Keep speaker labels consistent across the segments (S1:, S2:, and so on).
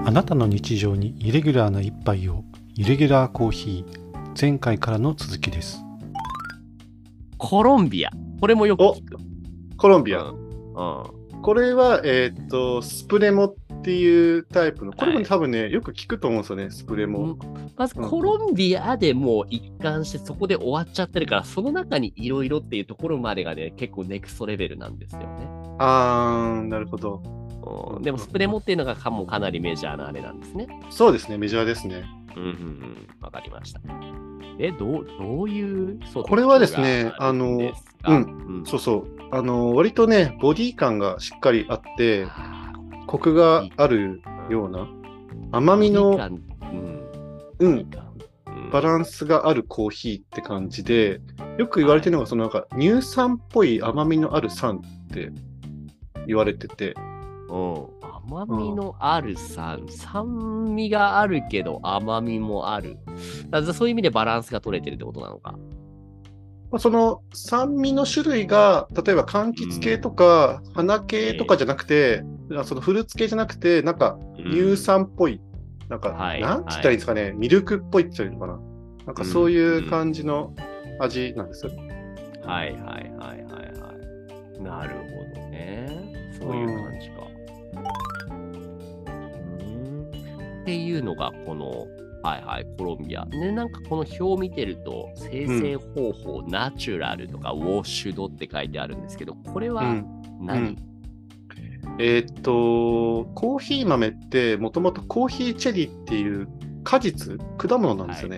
S1: あなたの日常にイレギュラーな一杯を、イレギュラーコーヒー。前回からの続きです。
S2: コロンビア。これもよく聞く。
S3: コロンビア。
S2: うん。
S3: これは、スプレモっていうタイプの、これも多分ね、よく聞くと思うんですよね、スプレモ。
S2: まずコロンビアでもう一貫してそこで終わっちゃってるから、その中にいろいろっていうところまでがね、結構ネクストレベルなんですよね。
S3: なるほど。
S2: でもスプレモっていうのがもうかなりメジャーなあれなんですね。
S3: そうですね、メジャーですね。
S2: わかりました。どういう
S3: これはですね、そうそう。割とね、ボディ感がしっかりあって、コクがあるような、甘みの、バランスがあるコーヒーって感じで、よく言われてるのが、そのなんか乳酸っぽい甘みのある酸って言われてて、
S2: 甘みのある酸味があるけど甘みもある。そういう意味でバランスが取れてるってことなのか。
S3: その酸味の種類が、例えば柑橘系とか花系とかじゃなくて、そのフルーツ系じゃなくて、なんか乳酸っぽい、なんか、なんて言ったらいいんですかね、ミルクっぽいって言ったらいいのかな。なんかそういう感じの味なんですよ。
S2: なるほどね。そういう感じか。っていうのがこのコロンビア。ね、なんかこの表を見てると、生成方法、ナチュラルとかウォッシュドって書いてあるんですけど、これは何？
S3: コーヒー豆ってもともとコーヒーチェリーっていう果実、果物なんですよね。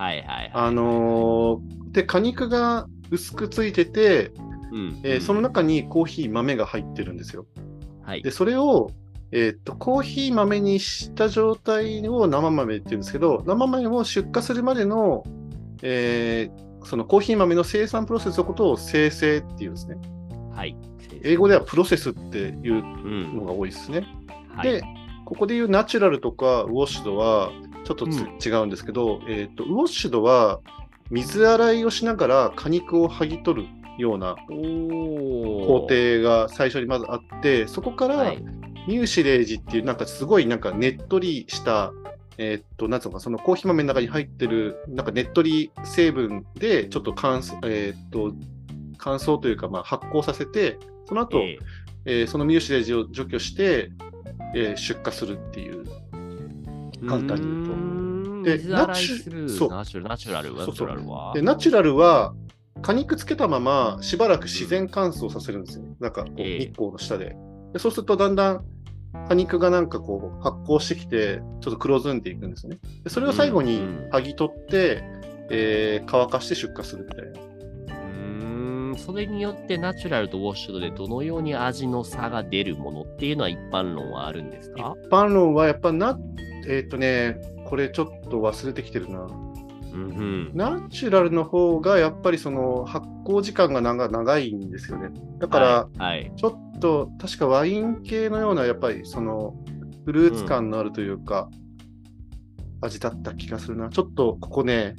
S3: で、果肉が薄くついてて、その中にコーヒー豆が入ってるんですよ。で、それをコーヒー豆にした状態を生豆っていうんですけど、生豆を出荷するまでの、そのコーヒー豆の生産プロセスのことを精製っていうんですね。英語ではプロセスっていうのが多いですね。で、ここでいうナチュラルとかウォッシュドはちょっと違うんですけど、ウォッシュドは水洗いをしながら果肉を剥ぎ取るような工程が最初にまずあって、そこからミューシレージっていうなんかすごいなんかねっとりしたなんつうのか、そのコーヒー豆の中に入ってるなんかねっとり成分でちょっと乾燥というか、発酵させて、その後、そのミューシレージを除去して、出荷するっていう、簡単に言うと。
S2: 水洗いするナチュラルは
S3: で、ナチュラルは果肉つけたまましばらく自然乾燥させるんですよ。なんかこう日光の下で。そうするとだんだん果肉がなんかこう発酵してきて、ちょっと黒ずんでいくんですね。でそれを最後に剥ぎ取って、乾かして出荷するみたいな。
S2: それによってナチュラルとウォッシュドでどのように味の差が出るものっていうのは一般論はあるんですか？
S3: 一般論はやっぱこれちょっと忘れてきてるな。ナチュラルの方がやっぱりその発酵時間が長いんですよね。だから、ちょっと確かワイン系のようなやっぱりそのフルーツ感のあるというか、味だった気がするな。ちょっとここね、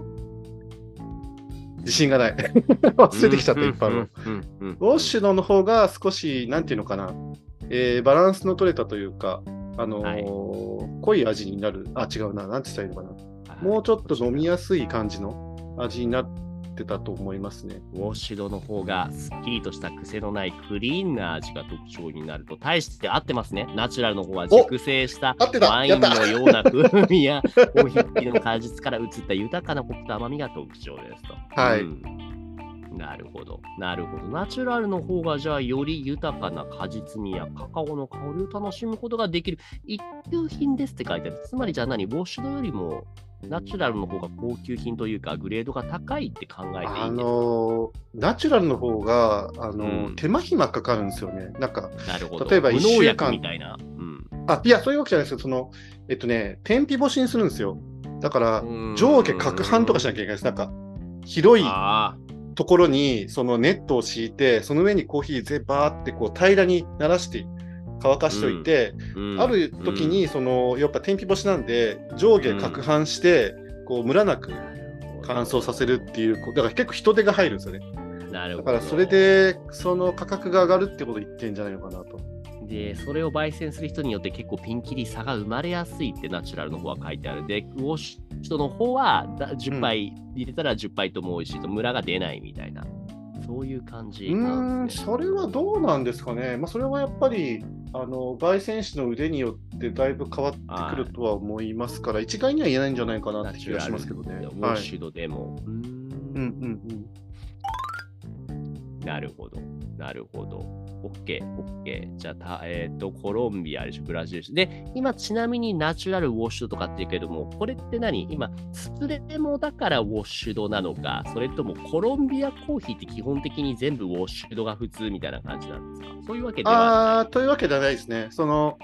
S3: 自信がない。忘れてきちゃった、一般論。ウォッシュドの方が少し、なんていうのかな、バランスの取れたというか、濃い味になる。違うな。なんて言ったらいいのかな。もうちょっと飲みやすい感じの味になってたと思いますね。
S2: ウォッシュドの方がすっきりとした癖のないクリーンな味が特徴になると、大して合ってますね。ナチュラルの方は熟成したワインのような風味やコーヒーの果実から移った豊かなコクと甘みが特徴ですと。なるほど。ナチュラルの方がじゃあより豊かな果実味やカカオの香りを楽しむことができる一級品ですって書いてある。つまりじゃあウォッシュドよりもナチュラルの方が高級品というかグレードが高いって考えていいんですか？
S3: ナチュラルの方が手間暇かかるんですよね。なんか例えば1週間
S2: みたいな。
S3: いや、そういうわけじゃないですけど、天日干しにするんですよ。だから上下攪拌とかしなきゃいけないです。なんか広いところにそのネットを敷いて、その上にコーヒーバーってこう平らにならして乾かしておいて、ある時にやっぱ天日干しなんで上下攪拌してこうムラなく乾燥させるっていう、だから結構人手が入るんですよね。だからそれでその価格が上がるってことを言ってんじゃないのかなと。
S2: で、それを焙煎する人によって結構ピンキリ差が生まれやすいってナチュラルの方は書いてある。で、ウォッシュの方は10杯入れたら10杯とも美味しいとムラが出ないみたいな、そういう感じなんですね。
S3: それはどうなんですかね。それはやっぱり焙煎師の腕によってだいぶ変わってくるとは思いますから、一概には言えないんじゃないかなって気がしますけどね。
S2: ウォッシュドでも。なるほど。なるほど。OK。じゃあ、コロンビアでしょ、ブラジルでしょ。で、今、ちなみにナチュラルウォッシュドとかって言うけども、これって今、スプレーモだからウォッシュドなのか、それともコロンビアコーヒーって基本的に全部ウォッシュドが普通みたいな感じなんですか？そういうわけではない。
S3: というわけではないですね。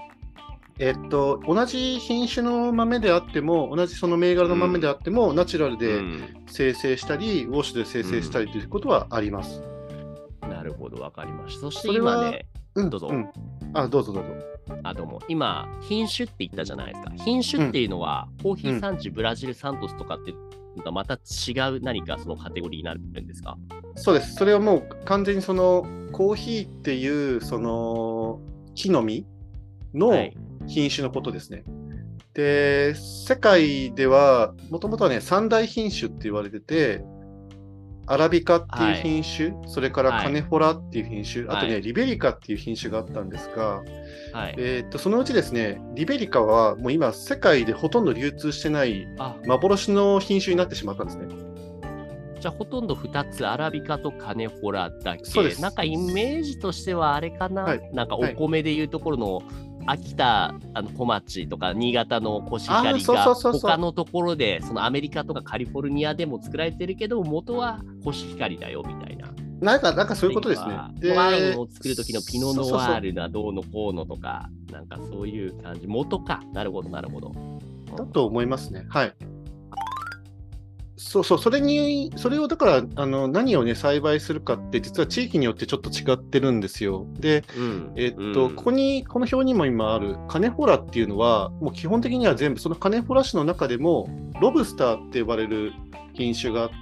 S3: 同じ品種の豆であっても、同じその銘柄の豆であっても、ナチュラルで生成したり、ウォッシュで生成したりということはあります。
S2: なるほど、わかりました。そして今ね、どうぞ。
S3: どうぞ。
S2: どうも。今、品種って言ったじゃないですか。品種っていうのは、コーヒー産地、ブラジル、サントスとかって、また違う何かそのカテゴリーになるんですか？
S3: そうです。それはもう完全にそのコーヒーっていうその木の実の品種のことですね。で、世界ではもともとはね、三大品種って言われてて、アラビカっていう品種、それからカネフォラっていう品種、あとね、リベリカっていう品種があったんですが、そのうちですね、リベリカはもう今世界でほとんど流通してない幻の品種になってしまったんですね。
S2: じゃあほとんど2つ、アラビカとカネフォラだけ。そうです。なんかイメージとしてはあれかな、なんかお米でいうところの秋田小町とか新潟のコシヒカリが他のところでそのアメリカとかカリフォルニアでも作られてるけど元はコシヒカリだよみたいな。
S3: なんかそういうことですね。
S2: ワインを作る時のピノノワールがどうのこうのとか、なんかそういう感じ。元か。なるほど。だ
S3: と思いますね。はい。それをだから何をね栽培するかって実は地域によってちょっと違ってるんですよ。で、この表にも今あるカネフォラっていうのはもう基本的には全部そのカネフォラ種の中でもロブスターって呼ばれる品種があって、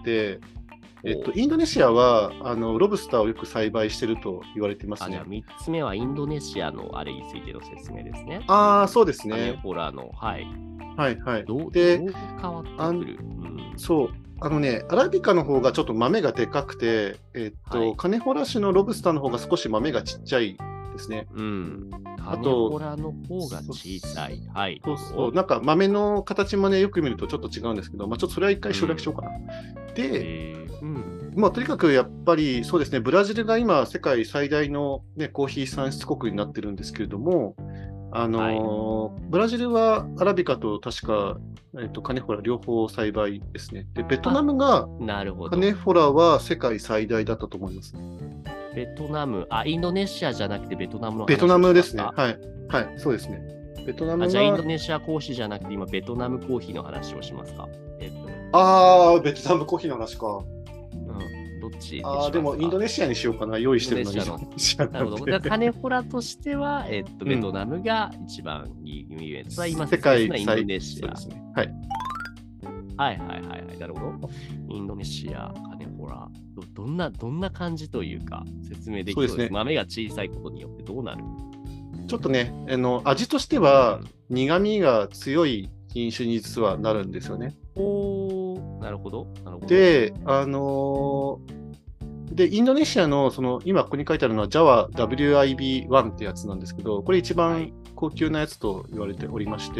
S3: インドネシアはロブスターをよく栽培してると言われてますね。
S2: じゃあ3つ目はインドネシアのあれについての説明ですね。
S3: そうですね。
S2: カネフォラのはい。どう
S3: で、
S2: 変わってくる？
S3: そう。アラビカの方がちょっと豆がでかくて、カネフォラ種のロブスターの方が少し豆がちっちゃいですね。
S2: カネフォラの方が小さい。はい。
S3: そう。なんか豆の形もね、よく見るとちょっと違うんですけど、ちょっとそれは一回省略しようかな。で、とにかくやっぱりそうですね、ブラジルが今世界最大の、ね、コーヒー産出国になってるんですけれども、ブラジルはアラビカと確か、カネフォラ両方栽培ですね。で、ベトナムがカネフォラは世界最大だったと思います。
S2: ベトナム、インドネシアじゃなくてベトナムの話。
S3: ベトナムですね。はい、そうですね。ベトナム
S2: じゃあインドネシアコーヒーじゃなくて今ベトナムコーヒーの話をしますか？
S3: ベトナムコーヒーの話か。
S2: どっち
S3: でもインドネシアにしようかな、用意してるのに。
S2: なるほど。だからカネフォラとしては、ベトナムが一番有名です。今、
S3: 世界
S2: インドネシア。
S3: ですね。はい。
S2: なるほど。インドネシア、カネフォラ。どんな感じというか、説明できそうですね。豆が小さいことによってどうなる？
S3: ちょっとね、味としては苦味が強い品種に実はなるんですよね。
S2: なるほど。
S3: で、インドネシアの、今ここに書いてあるのは JAWA WIB1 ってやつなんですけど、これ一番高級なやつと言われておりまして、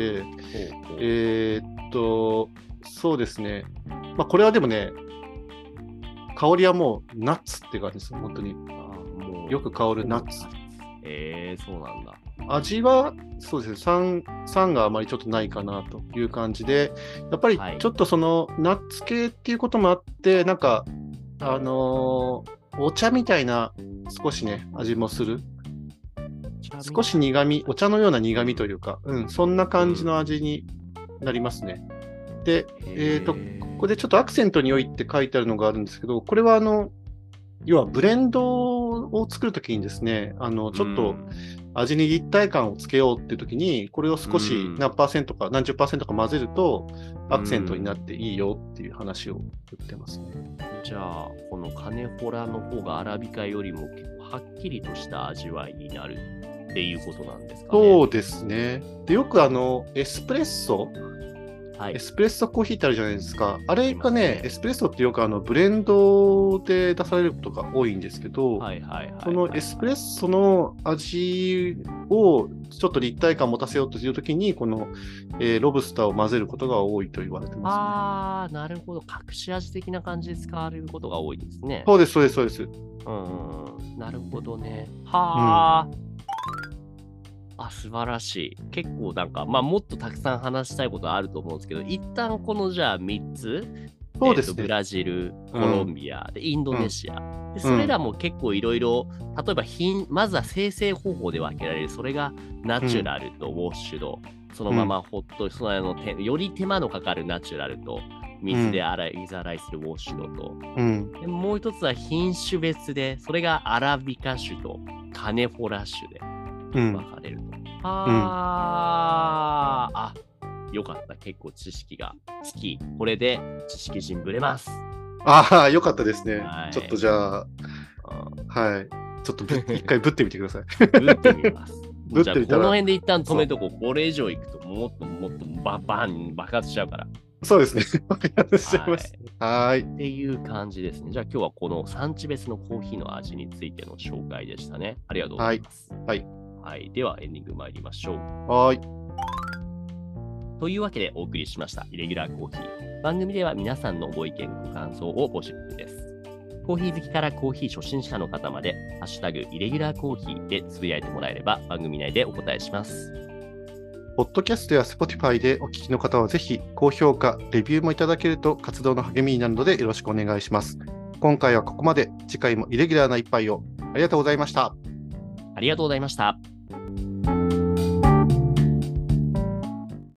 S3: そうですね。これはでもね、香りはもうナッツって感じですよ、本当に。よく香るナッツ。
S2: そうなんだ。
S3: 味は、そうですね、酸があまりちょっとないかなという感じで、やっぱりちょっとそのナッツ系っていうこともあって、なんか、お茶みたいな少しね、味もする。少し苦味、お茶のような苦味というか、そんな感じの味になりますね。で、ここでちょっとアクセントに良いって書いてあるのがあるんですけど、これは要はブレンドを作るときにですね、ちょっと味に立体感をつけようっていうときに、これを少し何%か何十%か混ぜるとアクセントになっていいよっていう話を言ってますね。
S2: じゃあ、このカネフォラの方がアラビカよりも結構はっきりとした味わいになる。 っていうことなんですかね。
S3: そうですね。で、よくエスプレッソ、エスプレッソコーヒーってあるじゃないですか。あれがね、エスプレッソってよくブレンドで出されることが多いんですけど、そのエスプレッソの味をちょっと立体感持たせようというときに、この、ロブスターを混ぜることが多いと言われてます、ね。
S2: ああ、なるほど。隠し味的な感じで使われることが多いですね。
S3: そうです、そうです、そうです。
S2: なるほどね。はあ。素晴らしい。結構なんか、もっとたくさん話したいことあると思うんですけど、一旦このじゃあ3つ、
S3: そうですね、
S2: ブラジル、コロンビア、でインドネシア、でそれらも結構いろいろ、例えばまずは生成方法で分けられる、それがナチュラルとウォッシュド、そのままほっと、より手間のかかるナチュラルと、水で水洗いするウォッシュドと、でもう一つは品種別で、それがアラビカ種とカネフォラ種で分かれると。よかった。結構知識が好き。これで知識人ぶれます。
S3: よかったですね。ちょっとじゃあ、ちょっと一回ぶってみてください。
S2: ぶってみます。じゃあ、この辺で一旦止めとこう。これ以上いくと、もっと爆発しちゃうから。
S3: そうですね。爆発しちゃいます。
S2: っていう感じですね。じゃあ今日はこの産地別のコーヒーの味についての紹介でしたね。ありがとうございます。ではエンディング参りましょう。というわけでお送りしましたイレギュラーコーヒー。番組では皆さんのご意見ご感想を募集です。コーヒー好きからコーヒー初心者の方まで、ハッシュタグイレギュラーコーヒーでつぶやいてもらえれば番組内でお答えします。
S3: ポッドキャストや Spotify でお聞きの方はぜひ高評価、レビューもいただけると活動の励みになるのでよろしくお願いします。今回はここまで。次回もイレギュラーな一杯を。ありがとうございました。
S2: ありがとうございました。